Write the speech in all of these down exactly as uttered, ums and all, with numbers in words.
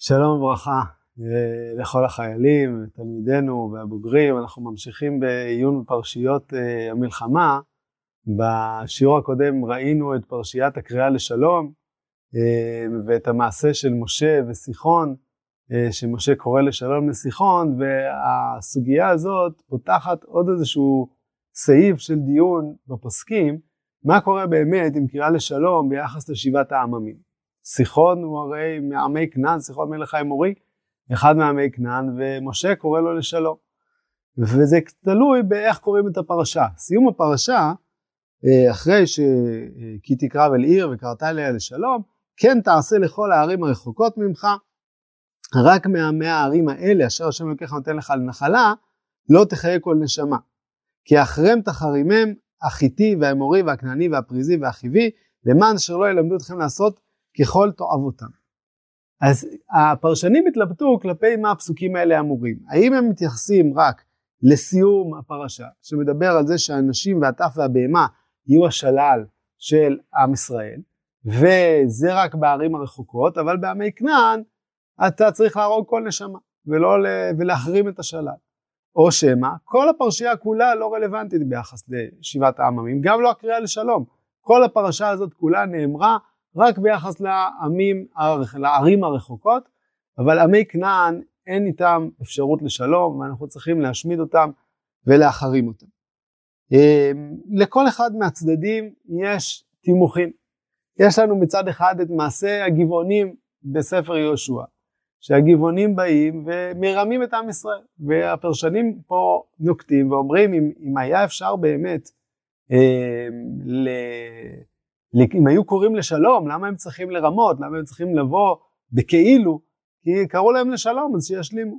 שלום וברכה לכל החיילים, תלמידינו והבוגרים. אנחנו ממשיכים בעיון בפרשיות המלחמה. בשיעור הקודם ראינו את פרשיית הקריאה לשלום ואת המעשה של משה וסיחון, שמשה קורא לשלום לסיחון, והסוגיה הזאת פותחת עוד איזשהו סעיף של דיון בפוסקים, מה קורה באמת עם קריאה לשלום ביחס לשבעת העממים. סיחון הוא הרי מעמי כנען, סיחון מלך האמורי, אחד מעמי כנען, ומשה קורא לו לשלום. וזה תלוי באיך קוראים את הפרשה. סיום הפרשה, אחרי ש"כי תקרב אל עיר וקראת אליה לשלום", כן תעשה לכל הערים הרחוקות ממך, רק מהערים האלה אשר השם אלוקיך נותן לך לנחלה, לא תחיה כל נשמה. כי אחריהם תחרימם החיתי והאמורי והכנעני והפריזי והחיבי, למען אשר לא ילמדו אתכם לעשות ככל תועבותם. אז הפרשנים התלבטו כלפי מה הפסוקים האלה אמורים. האם הם מתייחסים רק לסיום הפרשה, שמדבר על זה שהאנשים והטף והבהמה יהיו השלל של עם ישראל, וזה רק בערים הרחוקות, אבל בעמי כנען אתה צריך להרוג כל נשמה, ולא ולהחרים את השלל. או שמה, כל הפרשייה כולה לא רלוונטית ביחס לשבעת העממים, גם לא הקריאה לשלום. כל הפרשה הזאת כולה נאמרה רק ביחס לעמים, לערים הרחוקות, אבל עמי כנען אין איתם אפשרות לשלום, ואנחנו צריכים להשמיד אותם ולהחרים אותם. לכל אחד מהצדדים יש תימוכין. יש לנו מצד אחד את מעשה הגבעונים בספר יהושע, שהגבעונים באים ומרמים את עם ישראל, והפרשנים פה נוקטים ואומרים, אם, אם היה אפשר באמת, אה, ל... אם היו קוראים לשלום, למה הם צריכים לרמות? למה הם צריכים לבוא בכאילו? כי קראו להם לשלום, אז שישלימו.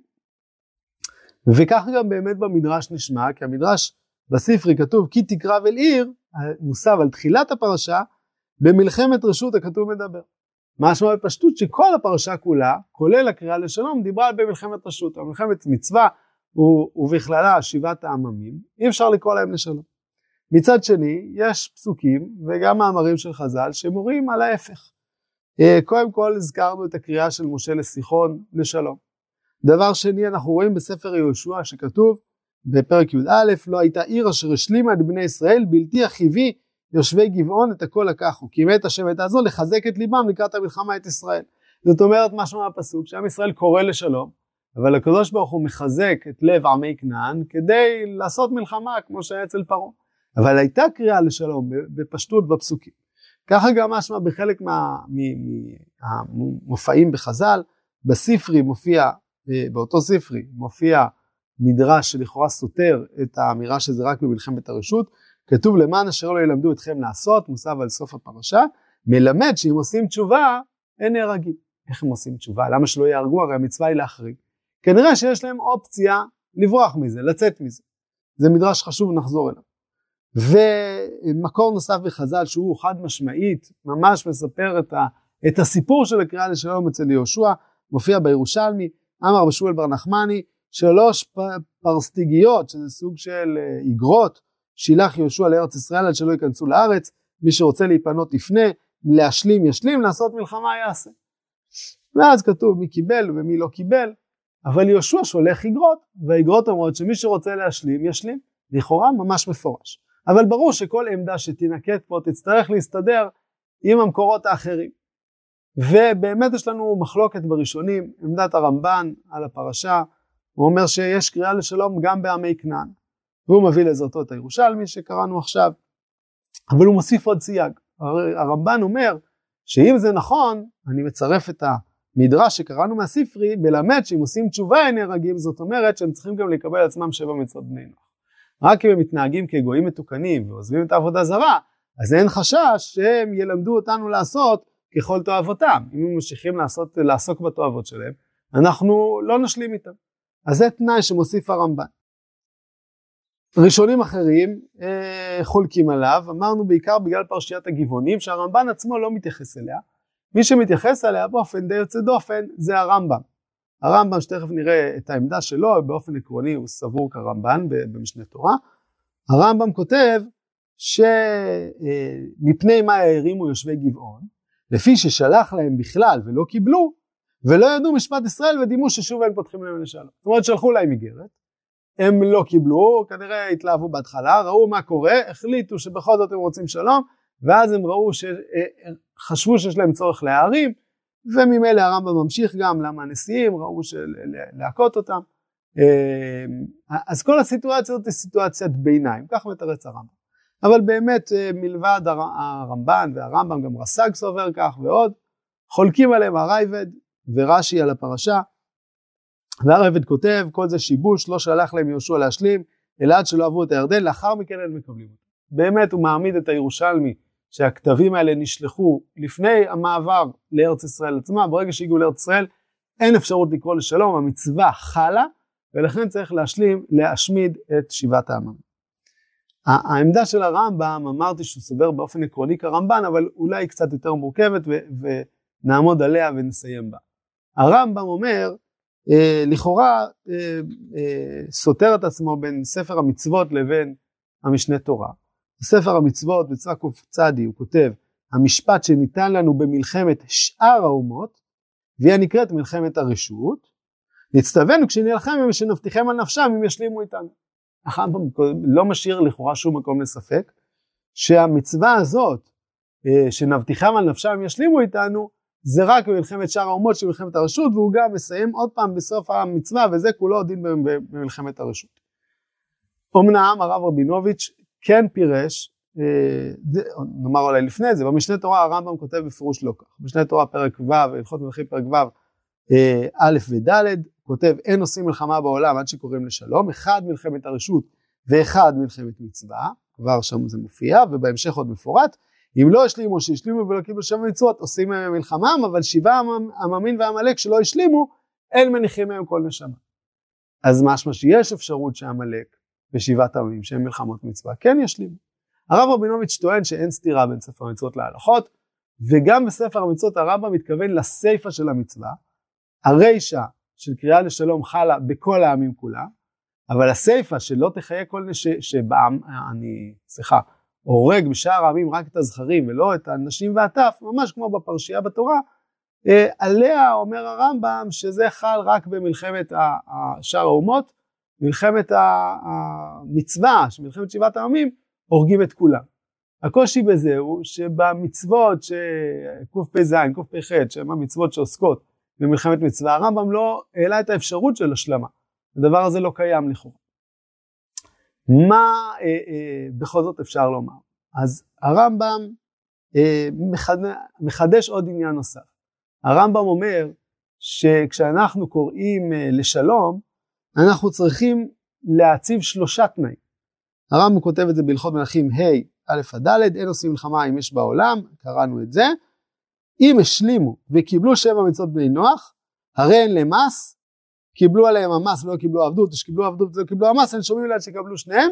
וכך גם באמת במדרש נשמע, כי המדרש בספרי כתוב, כי תקרב אל עיר, מוסב על תחילת הפרשה, במלחמת רשות הכתוב מדבר. משמע בפשטות שכל הפרשה כולה, כולל הקריאה לשלום, דיברה על במלחמת רשות. המלחמת מצווה ובכללה שבעת העממים, אי אפשר לקרוא להם לשלום. מצד שני, יש פסוקים וגם מאמרים של חז"ל שמורים על ההפך. קודם כל הזכרנו את הקריאה של משה לסיחון לשלום. דבר שני, אנחנו רואים בספר יהושע שכתוב בפרק י"א, לא הייתה עיר אשר השלימה את בני ישראל, בלתי החיבי יושבי גבעון את הכל לקחו, כי מת השם הייתה זו לחזק את ליבם לקראת המלחמה את ישראל. זאת אומרת משהו מהפסוק, שעם ישראל קורא לשלום, אבל הקדוש ברוך הוא מחזק את לב עמי כנען כדי לעשות מלחמה כמו שהיה אצל פרעה. אבל הייתה קריאה לשלום בפשטות בפסוקים. ככה גם משמע בחלק מהמופעים בחז"ל, בספרי מופיע, באותו ספרי מופיע מדרש שלכאורה סותר את האמירה שזה רק במלחמת הרשות, כתוב למען אשר לא ילמדו אתכם לעשות, מוסב על סוף הפרשה, מלמד שאם עושים תשובה אין נהרגים. איך הם עושים תשובה? למה שלא יהרגו? הרי המצווה היא להחריג. כנראה שיש להם אופציה לברוח מזה, לצאת מזה. זה מדרש חשוב, נחזור אליו. ומקור נוסף בחז"ל שהוא חד משמעית, ממש מספר את, ה, את הסיפור של הקריאה לשלום אצל יהושע, מופיע בירושלמי, אמר בשמואל בר נחמני, שלוש פרסטיגיות, שזה סוג של איגרות, שילח יהושע לארץ ישראל עד שלא ייכנסו לארץ, מי שרוצה להיפנות יפנה, להשלים ישלים, לעשות מלחמה יעשה. ואז כתוב מי קיבל ומי לא קיבל, אבל יהושע שולח איגרות, והאיגרות אומרות שמי שרוצה להשלים ישלים, לכאורה ממש מפורש. אבל ברור שכל עמדה שתינקט פה תצטרך להסתדר עם המקורות האחרים. ובאמת יש לנו מחלוקת בראשונים, עמדת הרמב"ן על הפרשה, הוא אומר שיש קריאה לשלום גם בעמי כנען. והוא מביא לעזרתו את הירושלמי שקראנו עכשיו, אבל הוא מוסיף עוד סייג. הרמב"ן אומר שאם זה נכון, אני מצרף את המדרש שקראנו מהספרי, בלמד שאם עושים תשובה אין נהרגים, זאת אומרת שהם צריכים גם לקבל עצמם שבע מצוות בני נוח. רק אם הם מתנהגים כגויים מתוקנים ועוזבים את העבודה זרה, אז אין חשש שהם ילמדו אותנו לעשות ככל תועבותם. אם הם ממשיכים לעשות, לעסוק בתועבות שלהם, אנחנו לא נשלים איתם. אז זה תנאי שמוסיף הרמב"ן. ראשונים אחרים אה, חולקים עליו, אמרנו בעיקר בגלל פרשיית הגבעונים, שהרמב"ן עצמו לא מתייחס אליה. מי שמתייחס אליה באופן די יוצא דופן זה הרמב"ם. הרמב"ם שתכף נראה את העמדה שלו, באופן עקרוני הוא סבור כרמב"ן במשנה תורה. הרמב"ם כותב שמפני מה הערימו יושבי גבעון, לפי ששלח להם בכלל ולא קיבלו, ולא ידעו משפט ישראל ודימו ששוב הם פותחים להם לשלום. זאת אומרת, שלחו להם איגרת, הם לא קיבלו, כנראה התלהבו בהתחלה, ראו מה קורה, החליטו שבכל זאת הם רוצים שלום, ואז הם ראו שחשבו שיש להם צורך להערים, וממילא הרמב"ם ממשיך גם למה הנשיאים ראו של להכות אותם. אז כל הסיטואציה הזאת היא סיטואציית ביניים, כך מתרץ הרמב"ם. אבל באמת מלבד הרמב"ן והרמב"ם גם רס"ג סובר כך ועוד, חולקים עליהם הרייבד ורש"י על הפרשה, והרייבד כותב, כל זה שיבוש, לא שלח להם יהושע להשלים, אלא עד שלא עברו את הירדן, לאחר מכן הם מקבלים אותו. באמת הוא מעמיד את הירושלמי, שהכתבים האלה נשלחו לפני המעבר לארץ ישראל עצמה, ברגע שהגיעו לארץ ישראל, אין אפשרות לקרוא לשלום, המצווה חלה, ולכן צריך להשלים, להשמיד את שבעת העמים. העמדה של הרמב"ם, אמרתי שהוא סובר באופן עקרוני כרמב"ן, אבל אולי קצת יותר מורכבת, ונעמוד עליה ונסיים בה. הרמב"ם אומר, אה, לכאורה אה, אה, סותר את עצמו בין ספר המצוות לבין המשנה תורה. בספר המצוות, בצרה קצ"די, הוא כותב, המשפט שניתן לנו במלחמת שאר האומות, והיא נקראת מלחמת הרשות, נצטווינו כשנלחם הם שנבטיחם על נפשם אם ישלימו איתנו. הרמב"ם לא משאיר לכאורה שום מקום לספק, שהמצווה הזאת, שנבטיחם על נפשם אם ישלימו איתנו, זה רק במלחמת שאר האומות של מלחמת הרשות, והוא גם מסיים עוד פעם בסוף המצווה, וזה כולו דין במלחמת הרשות. אמנם הרב רבינוביץ' כן פירש, נאמר אולי לפני זה, במשנה תורה הרמב"ם כותב בפירוש לא כך. במשנה תורה פרק ו', הלכות מלכים פרק ו', א' וד', כותב אין עושים מלחמה בעולם עד שקוראים לשלום, אחד מלחמת הרשות ואחד מלחמת מצווה, כבר שם זה מופיע, ובהמשך עוד מפורט, אם לא השלימו שהשלימו ולא קיבלו שבע מצוות, עושים מהם מלחמם, אבל שבעה עממים ועמלק שלא השלימו, אין מניחים מהם כל נשמה. אז משמע שיש אפשרות שעמלק בשבעת עממים שהם מלחמות מצווה, כן ישלימו. הרב רבינוביץ' טוען שאין סתירה בין ספר המצוות להלכות, וגם בספר המצוות הרמב"ם מתכוון לסיפא של המצווה, הרישא של קריאה לשלום חלה בכל העמים כולם, אבל הסיפא שלא תחיה כל נש... שבעם, אני, סליחה, הורג בשאר העמים רק את הזכרים ולא את הנשים והטף, ממש כמו בפרשייה בתורה, עליה אומר הרמב"ם שזה חל רק במלחמת שאר האומות, מלחמת המצווה, שמלחמת שבעת העמים, הורגים את כולם. הקושי בזה הוא שבמצוות שקפ"ז, קפ"ח, שהן המצוות שעוסקות במלחמת מצווה, הרמב"ם לא העלה את האפשרות של השלמה. הדבר הזה לא קיים לכאורה. מה אה, אה, בכל זאת אפשר לומר? אז הרמב"ם אה, מחדש, מחדש עוד עניין נוסף. הרמב"ם אומר שכשאנחנו קוראים אה, לשלום, אנחנו צריכים להציב שלושה תנאים. הרמב"ם כותב את זה בהלכות מלכים ה' א' עד ד', אין עושים מלחמה אם יש בעולם, קראנו את זה. אם השלימו וקיבלו שבע מצוות בני נוח, הרי אין להם מס, קיבלו עליהם המס ולא קיבלו עבדות, שקיבלו עבדות ולא קיבלו המס, הם שומעים ליד שקבלו שניהם.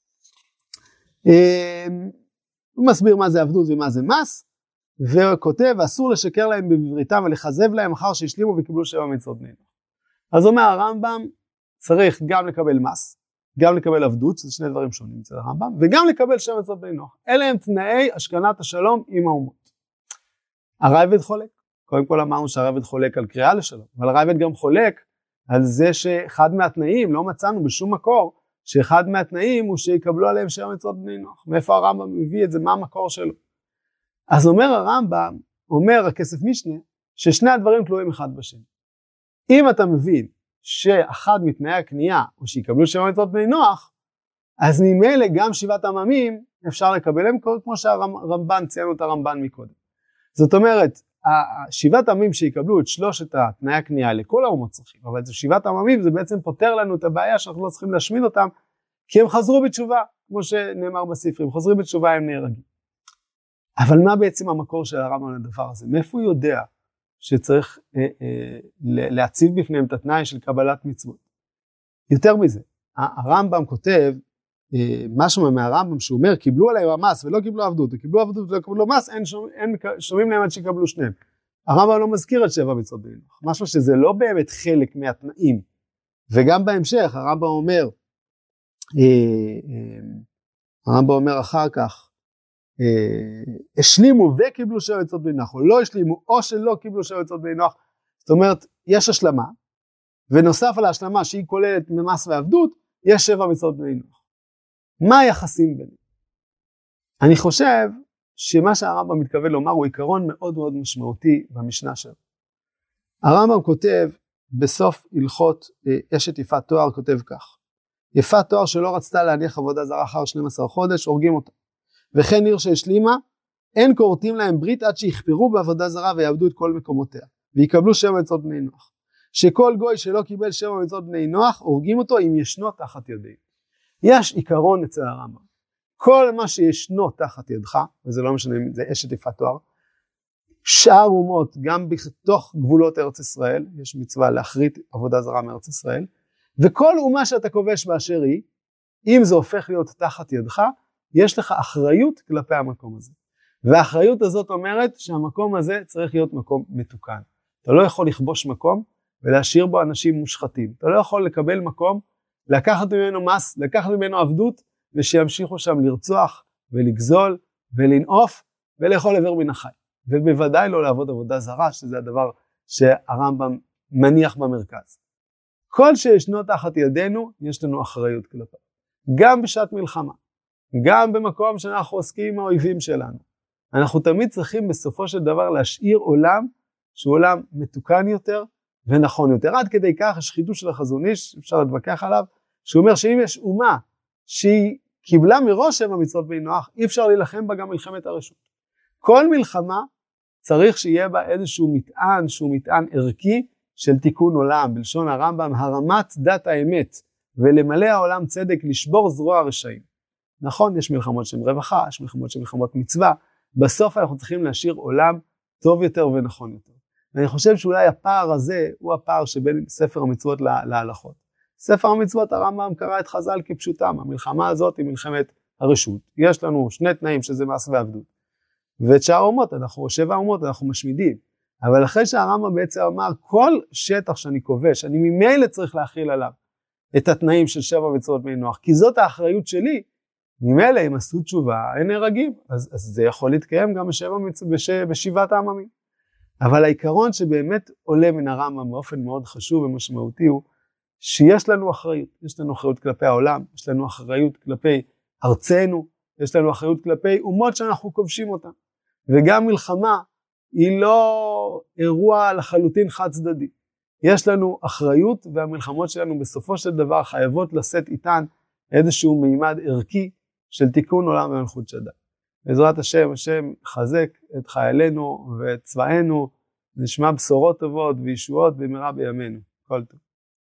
הוא מסביר מה זה עבדות ומה זה מס, וכותב, אסור לשקר להם בבריתם ולחזב להם אחר שהשלימו וקיבלו שבע מצוות בני נוח. אז אומר הרמב"ם, צריך גם לקבל מס, גם לקבל עבדות, שזה שני דברים שונים אצל הרמב"ם, וגם לקבל שבע מצוות בני נוח. אלה הם תנאי השכנת השלום עם האומות. הרייבד חולק, קודם כל אמרנו שהרייבד חולק על קריאה לשלום, אבל הרייבד גם חולק על זה שאחד מהתנאים, לא מצאנו בשום מקור, שאחד מהתנאים הוא שיקבלו עליהם שבע מצוות בני נוח. מאיפה הרמב"ם מביא את זה, מה המקור שלו? אז אומר הרמב"ם, אומר הכסף משנה, ששני הדברים תלויים אחד בשני. אם אתה מבין שאחד מתנאי הקנייה הוא שיקבלו שבע מצוות בני נוח, אז ממילא גם שבעת עממים אפשר לקבל להם כמו שהרמב"ן ציינו את הרמב"ן מקודם. זאת אומרת, שבעת עמים שיקבלו את שלושת התנאי הקנייה לכל האומות צריכים, אבל זה שבעת עממים, זה בעצם פותר לנו את הבעיה שאנחנו לא צריכים להשמיד אותם, כי הם חזרו בתשובה, כמו שנאמר בספרים, חוזרים בתשובה הם נהרגים. אבל מה בעצם המקור של הרמב"ם לדבר הזה? מאיפה הוא יודע שצריך אה, אה, להציב בפניהם את התנאי של קבלת מצוות? יותר מזה, הרמב"ם כותב, משהו מהרמב"ם שהוא אומר, קיבלו עליהם המס ולא קיבלו עבדות, וקיבלו עבדות ולא קיבלו מס, אין שומעים להם עד שיקבלו שניהם. הרמב"ם לא מזכיר את שבע מצוות בני נוח, משהו שזה לא באמת חלק מהתנאים. וגם בהמשך, הרמב"ם אומר, הרמב"ם אומר אחר כך, השלימו וקיבלו שבע מצוות בני נוח, או לא השלימו, או שלא קיבלו שבע מצוות בני נוח. זאת זאת אומרת, יש השלמה, ונוסף על ההשלמה שהיא כוללת ממס ועבדות, יש שבע מצוות בני נוח. מה היחסים ביניהם? אני חושב שמה שהרמב"ם מתכוון לומר הוא עיקרון מאוד מאוד משמעותי במשנה שלו. הרמב"ם כותב בסוף הלכות אשת יפת תואר, כותב כך: יפת תואר שלא רצתה להניח עבודה זרה אחר שנים עשר חודש, הורגים אותה. וכן עיר שהשלימה, אין כורתים להם ברית עד שיכפרו בעבודה זרה ויעבדו את כל מקומותיה, ויקבלו שבע מצוות בני נוח. שכל גוי שלא קיבל שבע מצוות בני נוח, הורגים אותו אם ישנו תחת ידיהם. יש עיקרון אצל הרמב"ם. כל מה שישנו תחת ידך, וזה לא משנה אם זה אשת יפת תואר, שאר אומות, גם בתוך גבולות ארץ ישראל, יש מצווה להחריט עבודה זרה מארץ ישראל, וכל אומה שאתה כובש באשר היא, אם זה הופך להיות תחת ידך, יש לך אחריות כלפי המקום הזה. והאחריות הזאת אומרת שהמקום הזה צריך להיות מקום מתוקן. אתה לא יכול לכבוש מקום ולהשאיר בו אנשים מושחתים. אתה לא יכול לקבל מקום, לקחת ממנו מס, לקחת ממנו עבדות, ושימשיכו שם לרצוח ולגזול ולנעוף ולאכול עבר מן החי. ובוודאי לא לעבוד עבודה זרה, שזה הדבר שהרמב"ם מניח במרכז. כל שישנו תחת ידינו, יש לנו אחריות כלפיו. גם בשעת מלחמה, גם במקום שאנחנו עוסקים עם האויבים שלנו. אנחנו תמיד צריכים בסופו של דבר להשאיר עולם שהוא עולם מתוקן יותר ונכון יותר. עד כדי כך יש חידוש של החזון איש, אפשר להתווכח עליו, שהוא אומר שאם יש אומה שהיא קיבלה מראש שבע מצוות בני נוח, אי אפשר להילחם בה גם מלחמת הרשות. כל מלחמה צריך שיהיה בה איזשהו מטען, שהוא מטען ערכי של תיקון עולם, בלשון הרמב"ם, הרמת דת האמת, ולמלא העולם צדק, לשבור זרוע הרשעים. נכון, יש מלחמות שהן רווחה, יש מלחמות שהן מלחמות מצווה, בסוף אנחנו צריכים להשאיר עולם טוב יותר ונכון יותר. ואני חושב שאולי הפער הזה הוא הפער שבין ספר המצוות להלכות. ספר המצוות הרמב"ם קרא את חז"ל כפשוטם, המלחמה הזאת היא מלחמת הרשות. יש לנו שני תנאים שזה מס ועבדות. ואת שאר האומות, אנחנו, שבע האומות, אנחנו משמידים. אבל אחרי שהרמב"ם בעצם אמר, כל שטח שאני כובש, אני ממילא צריך להכיל עליו את התנאים של שבע מצוות בני נוח, כי זאת האחריות שלי. ממילא אם עשו תשובה, אין נהרגים, אז, אז זה יכול להתקיים גם בשבע, בש, בשבעת העממים. אבל העיקרון שבאמת עולה מן הרמב"ם באופן מאוד חשוב ומשמעותי הוא, שיש לנו אחריות, יש לנו אחריות כלפי העולם, יש לנו אחריות כלפי ארצנו, יש לנו אחריות כלפי אומות שאנחנו כובשים אותן. וגם מלחמה היא לא אירוע לחלוטין חד צדדי. יש לנו אחריות, והמלחמות שלנו בסופו של דבר חייבות לשאת איתן איזשהו מימד ערכי של תיקון עולם ומלכות שדי. בעזרת השם, השם חזק את חיילינו ואת צבאנו, נשמע בשורות טובות וישועות במהרה בימינו. כל טוב.